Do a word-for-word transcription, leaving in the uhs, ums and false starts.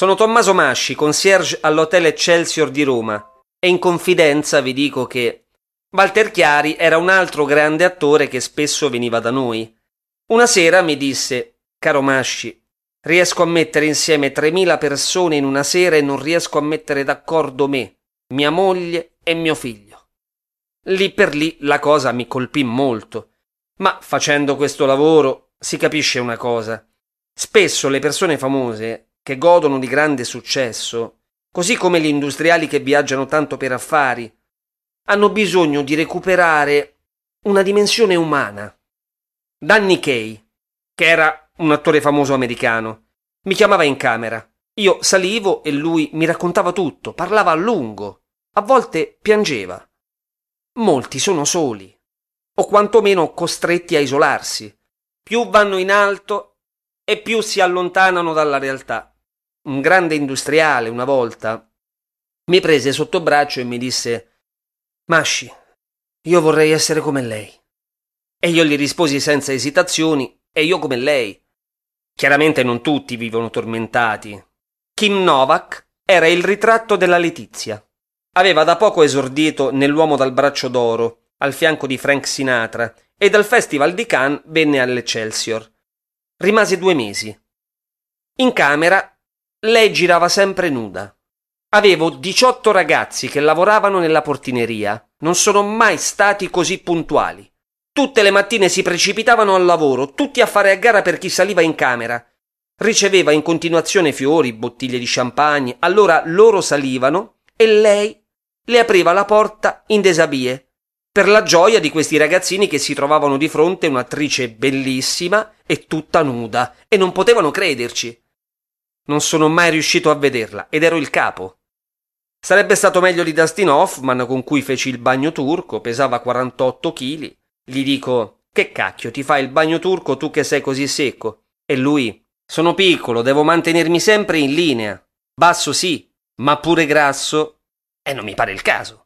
Sono Tommaso Masci, concierge all'Hotel Excelsior di Roma, e in confidenza vi dico che Walter Chiari era un altro grande attore che spesso veniva da noi. Una sera mi disse: caro Masci, riesco a mettere insieme tremila persone in una sera e non riesco a mettere d'accordo me, mia moglie e mio figlio. Lì per lì la cosa mi colpì molto, ma facendo questo lavoro si capisce una cosa. Spesso le persone famose, che godono di grande successo, così come gli industriali che viaggiano tanto per affari, hanno bisogno di recuperare una dimensione umana. Danny Kaye, che era un attore famoso americano, mi chiamava in camera. Io salivo e lui mi raccontava tutto, parlava a lungo, a volte piangeva. Molti sono soli, o quantomeno costretti a isolarsi. Più vanno in alto e più si allontanano dalla realtà. Un grande industriale, una volta, mi prese sotto braccio e mi disse: Masci, io vorrei essere come lei. E io gli risposi senza esitazioni: e io come lei. Chiaramente non tutti vivono tormentati. Kim Novak era il ritratto della Letizia. Aveva da poco esordito nell'Uomo dal braccio d'oro, al fianco di Frank Sinatra, e dal Festival di Cannes venne all'Excelsior. Rimase due mesi. In camera lei girava sempre nuda. Avevo diciotto ragazzi che lavoravano nella portineria. Non sono mai stati così puntuali. Tutte le mattine si precipitavano al lavoro, tutti a fare a gara per chi saliva in camera. Riceveva in continuazione fiori, bottiglie di champagne. Allora loro salivano e lei le apriva la porta in deshabillé, per la gioia di questi ragazzini che si trovavano di fronte un'attrice bellissima e tutta nuda, e non potevano crederci. Non sono mai riuscito a vederla, ed ero il capo. Sarebbe stato meglio di Dustin Hoffman, con cui feci il bagno turco, pesava quarantotto chili. Gli dico: che cacchio, ti fai il bagno turco tu che sei così secco? E lui: sono piccolo, devo mantenermi sempre in linea. Basso sì, ma pure grasso, e non mi pare il caso.